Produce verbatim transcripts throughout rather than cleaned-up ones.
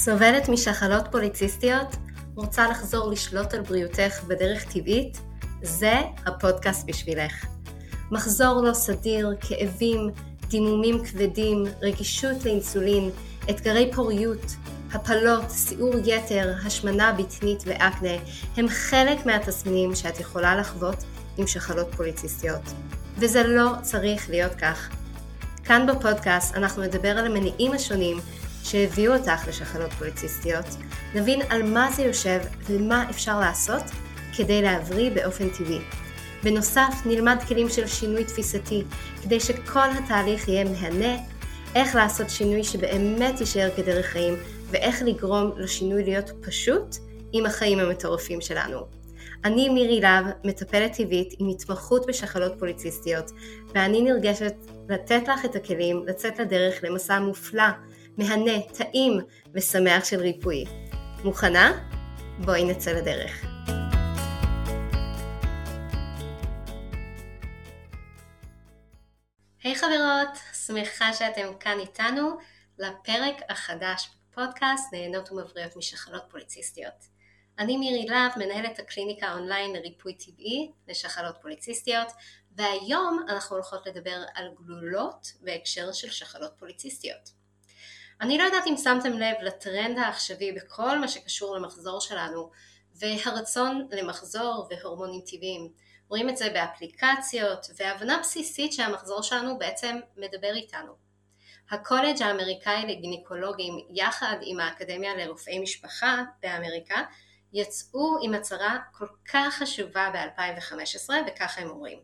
סובלת משחלות פוליציסטיות? רוצה לחזור לשלוט על בריאותך בדרך טבעית? זה הפודקאסט בשבילך. מחזור לא סדיר, כאבים, דימומים כבדים, רגישות לאינסולין, אתגרי פוריות, הפלות, סיעור יתר, השמנה בטנית ואקנה הם חלק מהתסמינים שאת יכולה לחוות עם שחלות פוליציסטיות. וזה לא צריך להיות כך. כאן בפודקאסט אנחנו נדבר על המניעים השונים שהביאו אותך לשחלות פוליציסטיות, נבין על מה זה יושב ומה אפשר לעשות כדי להבריא באופן טבעי. בנוסף נלמד כלים של שינוי תפיסתי כדי שכל התהליך יהיה מהנה, איך לעשות שינוי שבאמת יישאר כדרך חיים ואיך לגרום לשינוי להיות פשוט עם החיים המטורפים שלנו. אני מירי להב, מטפלת טבעית עם התמחות בשחלות פוליציסטיות, ואני נרגשת לתת לך את הכלים לצאת לדרך למסע מופלא, מהנה, טעים ושמח של ריפוי. מוכנה? בואי נצא לדרך. היי חברות, שמחה שאתם כאן איתנו לפרק החדש בפודקאסט נהנות ומבריות משחלות פוליציסטיות. אני מירי להב, מנהלת הקליניקה אונליין לריפוי טבעי לשחלות פוליציסטיות, והיום אנחנו הולכות לדבר על גלולות בהקשר של שחלות פוליציסטיות. אני לא יודעת אם שמתם לב לטרנד העכשווי בכל מה שקשור למחזור שלנו, והרצון למחזור והורמונים טבעיים. רואים את זה באפליקציות, והבנה בסיסית שהמחזור שלנו בעצם מדבר איתנו. הקולג' האמריקאי לגינקולוגים יחד עם האקדמיה לרופאי משפחה באמריקה, יצאו עם הצהרה כל כך חשובה ב-אלפיים וחמש עשרה, וככה הם אומרים.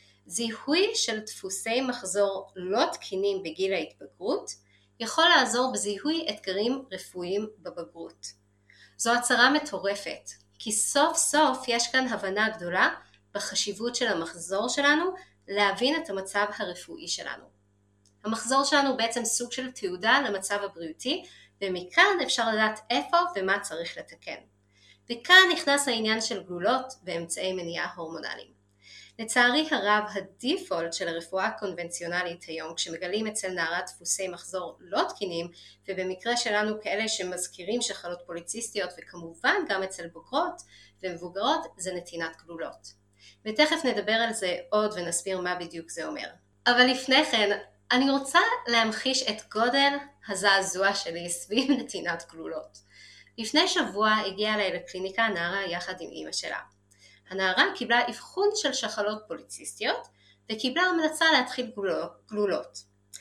זיהוי של דפוסי מחזור לא תקינים בגיל ההתבגרות, יכול לעזור בזיהוי אתגרים רפואיים בבגרות. זו הצהרה מטורפת, כי סוף סוף יש כאן הבנה גדולה בחשיבות של המחזור שלנו להבין את המצב הרפואי שלנו. המחזור שלנו בעצם סוג של תעודה למצב הבריאותי, ומכאן אפשר לדעת איפה ומה צריך לתקן. וכאן נכנס העניין של גלולות ואמצעי מניעה הורמונליים. לצערי הרב, הדיפולט של הרפואה הקונבנציונלית היום, כשמגלים אצל נערה דפוסי מחזור לא תקינים, ובמקרה שלנו כאלה שמזכירים שחלות פוליציסטיות, וכמובן גם אצל בוגרות ומבוגרות, זה נתינת גלולות. ותכף נדבר על זה עוד ונסביר מה בדיוק זה אומר. אבל לפני כן, אני רוצה להמחיש את גודל הזעזוע שלי סביב נתינת גלולות. לפני שבוע הגיעה אליי לקליניקה נערה יחד עם אמא שלה. הנערה קיבלה אבחון של שחלות פוליציסטיות וקיבלה המלצה להתחיל גלולות.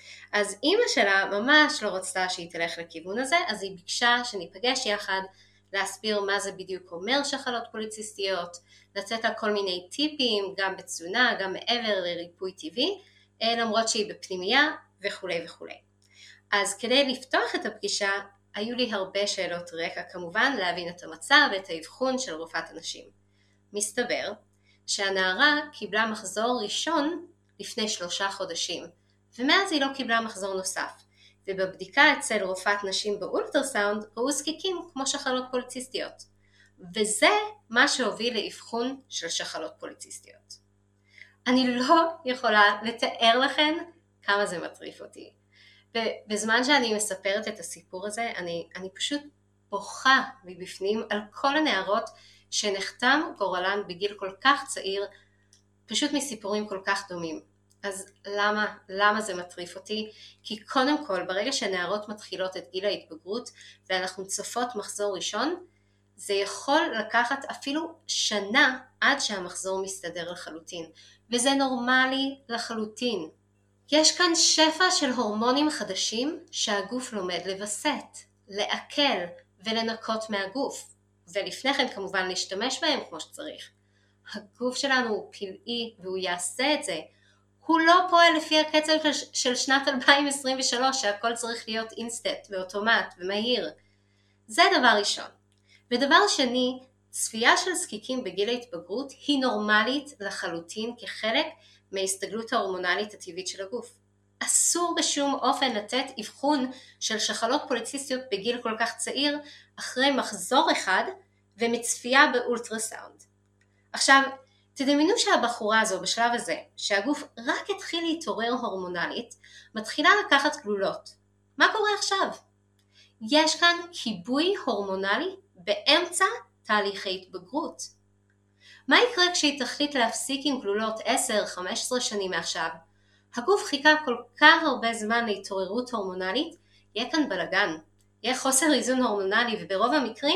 אז אמא שלה ממש לא רצתה שהיא תלך לכיוון הזה, אז היא ביקשה שניפגש יחד להסביר מה זה בדיוק אומר שחלות פוליציסטיות, לתת לה כל מיני טיפים, גם בתזונה, גם מעבר לריפוי טבעי, למרות שהיא בפנימייה וכו' וכו'. אז כדי לפתוח את הפגישה, היו לי הרבה שאלות רקע כמובן להבין את המצב ואת האבחון של רופאת הנשים. מסתבר שהנערה קיבלה מחזור ראשון לפני שלושה חודשים, ומאז היא לא קיבלה מחזור נוסף. ובבדיקה אצל רופאת נשים באולטרסאונד ראו זקיקים כמו שחלות פוליציסטיות. וזה מה שהוביל לאבחון של שחלות פוליציסטיות. אני לא יכולה לתאר לכם כמה זה מטריף אותי. ובזמן שאני מספרת את הסיפור הזה, אני, אני פשוט בוכה מבפנים על כל הנערות שנחתם גורלן בגיל כל כך צעיר, פשוט מסיפורים כל כך דומים. אז למה, למה זה מטריף אותי? כי קודם כל, ברגע שנערות מתחילות את גיל ההתבגרות, ואנחנו צופות מחזור ראשון, זה יכול לקחת אפילו שנה עד שהמחזור מסתדר לחלוטין. וזה נורמלי לחלוטין. יש כאן שפע של הורמונים חדשים שהגוף לומד לבסט, לעכל ולנקות מהגוף. ולפני כן כמובן להשתמש בהם כמו שצריך. הגוף שלנו הוא פלאי והוא יעשה את זה. הוא לא פועל לפי הקצב של שנת אלפיים עשרים ושלוש שהכל צריך להיות אינסטנט ואוטומט ומהיר. זה דבר ראשון. ודבר שני, צפייה של זקיקים בגיל ההתבגרות היא נורמלית לחלוטין כחלק מההסתגלות ההורמונלית הטבעית של הגוף. אסור בשום אופן לתת אבחון של שחלות פוליציסטיות בגיל כל כך צעיר אחרי מחזור אחד ומצפייה באולטרסאונד. עכשיו, תדמיינו שהבחורה הזו בשלב הזה, שהגוף רק התחיל להתעורר הורמונלית, מתחילה לקחת גלולות. מה קורה עכשיו? יש כאן כיבוי הורמונלי באמצע תהליכי התבגרות. מה יקרה כשהיא תחליט להפסיק עם גלולות עשר חמש עשרה שנים מעכשיו? הגוף חיכה כל כך הרבה זמן להתעוררות הורמונלית, יהיה כאן בלגן, יהיה חוסר איזון הורמונלי, וברוב המקרים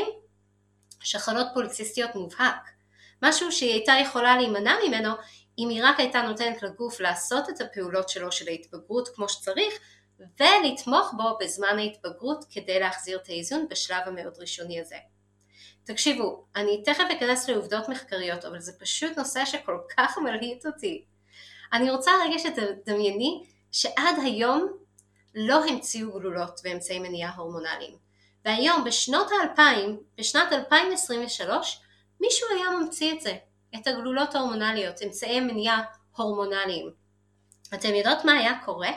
שחלות פוליציסטיות מובהק. משהו שהיא הייתה יכולה להימנע ממנו אם היא רק הייתה נותנת לגוף לעשות את הפעולות שלו של ההתבגרות כמו שצריך, ולתמוך בו בזמן ההתבגרות כדי להחזיר את האיזון בשלב המאוד ראשוני הזה. תקשיבו, אני תכף אכנס לעובדות מחקריות, אבל זה פשוט נושא שכל כך מלהיט אותי. אני רוצה רגע שתדמייני שעד היום לא המציאו גלולות ואמצעי מניעה הורמונליים. והיום בשנות האלפיים, בשנת אלפיים עשרים ושלוש, מישהו היה ממציא את זה, את הגלולות ההורמונליות, אמצעי מניעה הורמונליים. אתם יודעות מה היה קורה?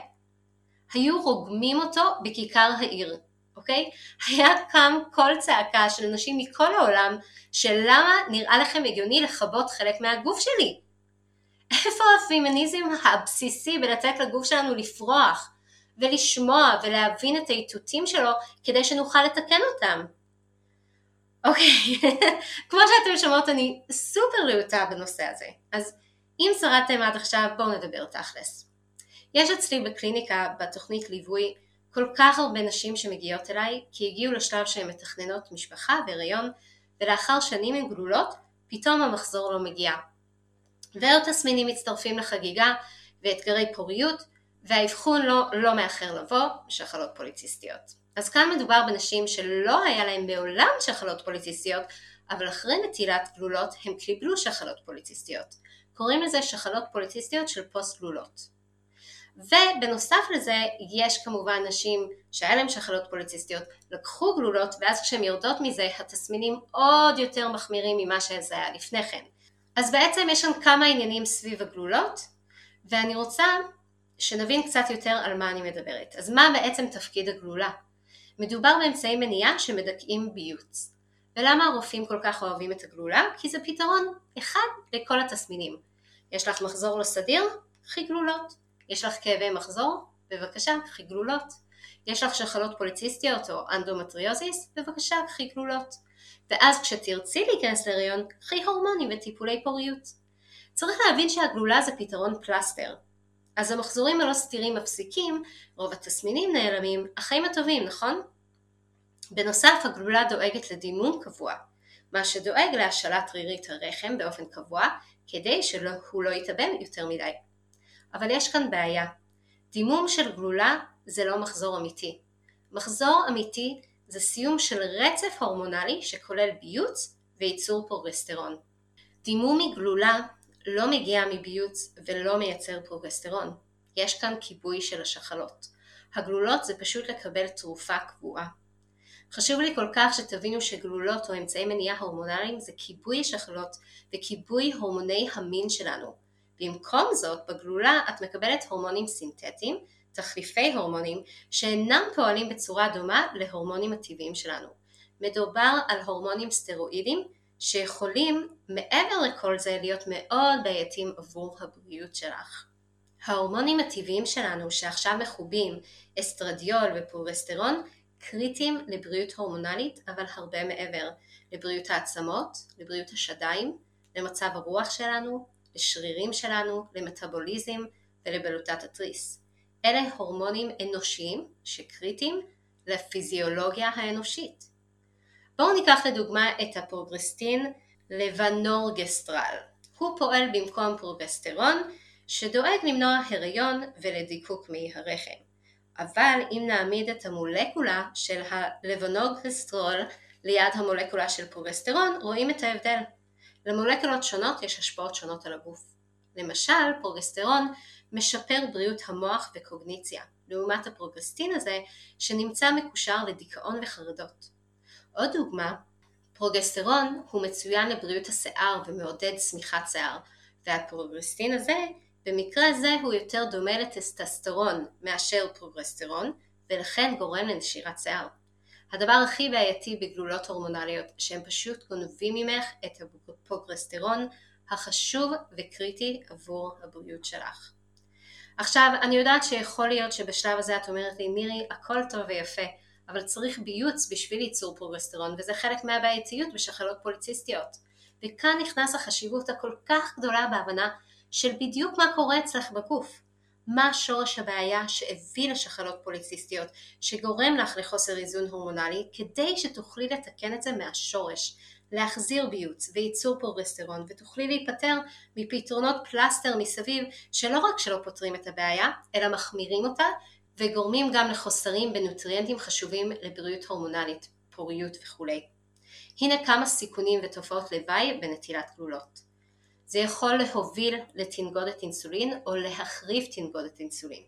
היו רוגמים אותו בכיכר העיר, אוקיי? היה קם כל צעקה של אנשים מכל העולם, של למה נראה לכם הגיוני לכבות חלק מהגוף שלי? איפה הפמיניזם הבסיסי בלתת לגוף שלנו לפרוח, ולשמוע ולהבין את האיתותים שלו, כדי שנוכל לתקן אותם? אוקיי, כמו שאתם שומעות, אני סופר להוטה בנושא הזה. אז אם שרדתם עד עכשיו, בואו נדבר תכלס. יש אצלי בקליניקה, בתוכנית ליווי, כל כך הרבה נשים שמגיעות אליי, כי הגיעו לשלב שהן מתכננות משפחה והיריון, ולאחר שנים עם גלולות, פתאום המחזור לא מגיע. ועוד תסמינים מצטרפים לחגיגה, ואתגרי פוריות, והאבחון לא, לא מאחר לבוא, שחלות פוליציסטיות. אז כאן מדובר בנשים שלא היה להן מעולם שחלות פוליציסטיות, אבל אחרי נטילת גלולות הם קיבלו שחלות פוליציסטיות. קוראים לזה שחלות פוליציסטיות של פוסט גלולות. ובנוסף לזה יש כמובן נשים שהיה להם שחלות פוליציסטיות, לקחו גלולות, ואז כשהן יורדות מזה התסמינים עוד יותר מחמירים ממה שזה היה לפני כן. אז בעצם יש שם כמה עניינים סביב הגלולות, ואני רוצה שנבין קצת יותר על מה אני מדברת. אז מה בעצם תפקיד הגלולה? מדובר באמצעי מניעה שמדכאים ביוץ. ולמה הרופאים כל כך אוהבים את הגלולה? כי זה פתרון אחד לכל התסמינים. יש לך מחזור לא סדיר? קחי גלולות. יש לך כאבי מחזור? בבקשה, קחי גלולות. יש לך שחלות פוליציסטיות או אנדומטריוזיס? בבקשה, קחי גלולות. ואז כשתרצי להיכנס להיריון, קחי הורמונים וטיפולי פוריות. צריך להבין שהגלולה זה פתרון פלסטר. אז המחזורים הלא סתירים מפסיקים, רוב התסמינים נעלמים, החיים הטובים, נכון? בנוסף, הגלולה דואגת לדימום קבוע, מה שדואג להשלת רירית הרחם באופן קבוע, כדי שהוא לא יתאבם יותר מדי. אבל יש כאן בעיה. דימום של גלולה זה לא מחזור אמיתי. מחזור אמיתי זה סיום של רצף הורמונלי שכולל ביוץ וייצור פרוגסטרון. דימום מגלולה לא מגיע מביוץ ולא מייצר פרוגסטרון. יש כאן כיבוי של השחלות. הגלולות זה פשוט לקבל תרופה קבועה. חשוב לי כל כך שתבינו שגלולות או אמצעי מניעה הורמונליים זה כיבוי השחלות וכיבוי הורמוני המין שלנו. במקום זאת, בגלולה את מקבלת הורמונים סינתטיים, תחליפי הורמונים, שאינם פועלים בצורה דומה להורמונים הטבעיים שלנו. מדובר על הורמונים סטרואידיים, שיכולים מעבר לכל זה להיות מאוד בעייתיים עבור הבריאות שלך. ההורמונים הטבעיים שלנו שעכשיו מחובים, אסטרדיול ופרוגסטרון, קריטיים לבריאות הורמונלית, אבל הרבה מעבר, לבריאות העצמות, לבריאות השדיים, למצב הרוח שלנו, לשרירים שלנו, למטאבוליזם ולבלוטת התריס. אלה הורמונים אנושיים שקריטיים לפיזיולוגיה האנושית. בואו ניקח לדוגמה את הפרוגסטין לבנורגסטרל. הוא פועל במקום פרוגסטרון שדואג למנוע הריון ולדיקוק מי הרחם. אבל אם נעמיד את המולקולה של הלבנורגסטרול ליד המולקולה של פרוגסטרון, רואים את ההבדל. למולקולות שונות יש השפעות שונות על הגוף. למשל, פרוגסטרון משפר בריאות המוח וקוגניציה, לעומת הפרוגסטין הזה שנמצא מקושר לדיכאון וחרדות. עוד דוגמה, פרוגסטרון הוא מצוין לבריאות השיער ומעודד צמיחת שיער, והפרוגסטין הזה במקרה זה הוא יותר דומה לטסטסטרון מאשר פרוגסטרון, ולכן גורם לנשירת שיער. הדבר הכי בעייתי בגלולות הורמונליות שהם פשוט גונבים ממך את הפרוגסטרון החשוב וקריטי עבור הבריאות שלך. עכשיו, אני יודעת שיכול להיות שבשלב הזה את אומרת לי, מירי, הכל טוב ויפה, אבל צריך ביוץ בשביל ייצור פרוגסטרון, וזה חלק מהבעייתיות בשחלות פוליציסטיות. וכאן נכנס החשיבות הכל כך גדולה בהבנה של בדיוק מה קורה אצלך בגוף. מה שורש הבעיה שהביא לשחלות פוליציסטיות, שגורם לך לחוסר איזון הורמונלי, כדי שתוכלי לתקן את זה מהשורש, להחזיר ביוץ וייצור פרוגסטרון, ותוכלי להיפטר מפתרונות פלסטר מסביב, שלא רק שלא פותרים את הבעיה, אלא מחמירים אותה, וגורמים גם לחוסרים בנוטריאנטים חשובים לבריאות הורמונלית, פוריות וכו'. הנה כמה סיכונים ותופעות לוואי בנטילת גלולות. זה יכול להוביל לתנגודת אינסולין או להחריף תנגודת אינסולין.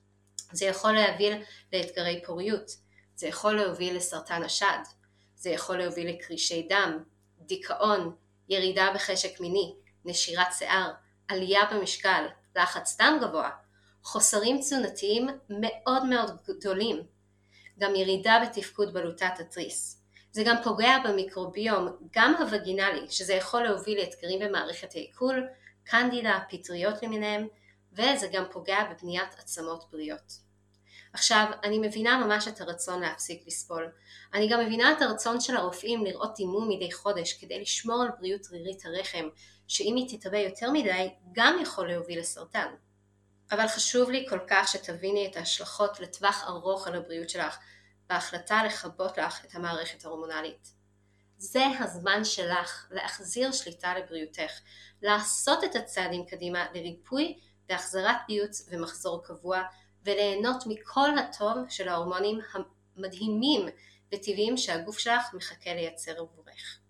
זה יכול להוביל לאתגרי פוריות. זה יכול להוביל לסרטן השד. זה יכול להוביל לקרישי דם, דיכאון, ירידה בחשק מיני, נשירת שיער, עלייה במשקל, לחץ דם גבוה, חוסרים תזונתיים מאוד מאוד גדולים, גם ירידה בתפקוד בלוטת התריס. זה גם פוגע במיקרוביום, גם הווגינלי, שזה יכול להוביל לאתגרים במערכת העיכול, קנדידה, פטריות למיניהם, וזה גם פוגע בבניית עצמות בריאות. עכשיו, אני מבינה ממש את הרצון להפסיק לסבול. אני גם מבינה את הרצון של הרופאים לראות דימום מדי חודש כדי לשמור על בריאות רירית הרחם, שאם היא תתהווה יותר מדי, גם יכול להוביל לסרטן. אבל חשוב לי כל כך שתביני את ההשלכות לטווח ארוך על הבריאות שלך, בהחלטה לכבות לך את המערכת ההורמונלית. זה הזמן שלך להחזיר שליטה לבריאותך, לעשות את הצעדים קדימה לריפוי והחזרת ביוץ ומחזור קבוע, וליהנות מכל הטוב של ההורמונים המדהימים וטבעיים שהגוף שלך מחכה לייצר עבורך.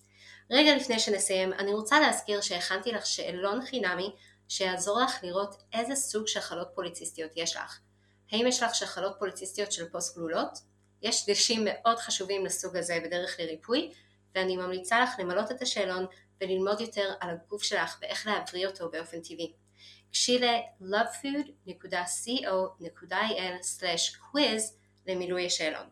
רגע לפני שנסיים, אני רוצה להזכיר שהכנתי לך שאלון חינמי שיעזור לך לראות איזה סוג שחלות פוליציסטיות יש לך. האם יש לך שחלות פוליציסטיות של פוסט גלולות? יש דגשים מאוד חשובים לסוג הזה בדרך לריפוי, ואני ממליצה לך למלות את השאלון וללמוד יותר על הגוף שלך ואיך להבריא אותו באופן טבעי. גשי ל-lovefood נקודה co נקודה il סלש קוויז למילוי השאלון.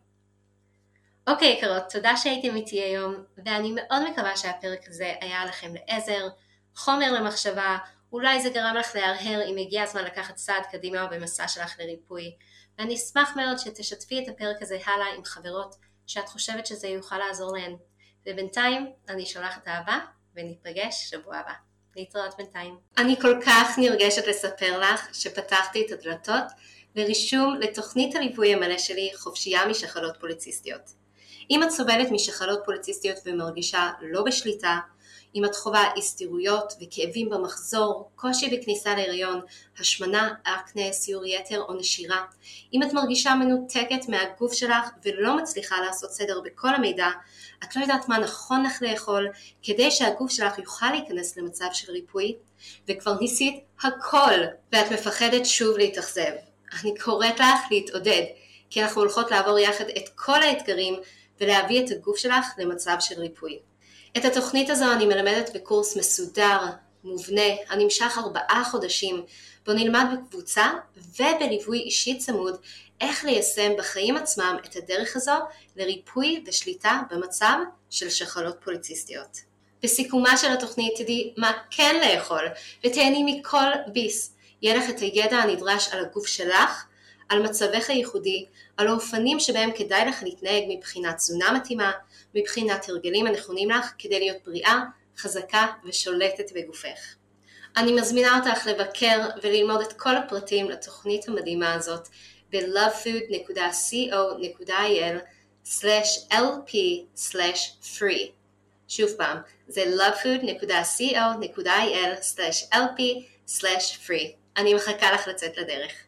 אוקיי יקרות, תודה שהייתם איתי היום, ואני מאוד מקווה שהפרק הזה היה לכם לעזר, חומר למחשבה, אולי זה גרם לך להרהר אם הגיע הזמן לקחת צעד קדימה במסע שלך לריפוי, ואני אשמח מאוד שתשתפי את הפרק הזה הלאה עם חברות שאת חושבת שזה יוכל לעזור להן. ובינתיים אני שולחת אהבה וניפגש שבוע הבא. להתראות בינתיים. אני כל כך נרגשת לספר לך שפתחתי את הדלתות לרישום לתוכנית הליווי המלא שלי חופשייה משחלות פוליציסטיות. אם את סובלת משחלות פוליציסטיות ומרגישה לא בשליטה, אם את חווה הסתירויות וכאבים במחזור, קושי בכניסה להיריון, השמנה, אקנה, סיור יתר או נשירה, אם את מרגישה מנותקת מהגוף שלך ולא מצליחה לעשות סדר בכל המידע, את לא יודעת מה נכון לך לאכול כדי שהגוף שלך יוכל להיכנס למצב של ריפוי, וכבר ניסית הכל ואת מפחדת שוב להתאכזב. אני קוראת לך להתעודד, כי אנחנו הולכות לעבור יחד את כל האתגרים ולהביא את הגוף שלך למצב של ריפוי. את התוכנית הזו אני מלמדת בקורס מסודר, מובנה, הנמשך ארבעה חודשים, בו נלמד בקבוצה ובליווי אישי צמוד איך ליישם בחיים עצמם את הדרך הזו לריפוי ושליטה במצב של שחלות פוליציסטיות. בסיכומה של התוכנית תדעי מה כן לאכול ותהני מכל ביס. יהיה לך את הידע הנדרש על הגוף שלך, על מצבך הייחודי, על האופנים שבהם כדאי לך להתנהג מבחינת תזונה מתאימה, מבחינת הרגלים הנכונים לך כדי להיות בריאה, חזקה ושולטת בגופך. אני מזמינה אותך לבקר וללמוד את כל הפרטים לתוכנית המדהימה הזאת ב-lovefood נקודה co נקודה il סלש אל פי סלש free. שוב פעם, זה lovefood נקודה co נקודה il סלש אל פי סלש free. אני מחכה לך לצאת לדרך.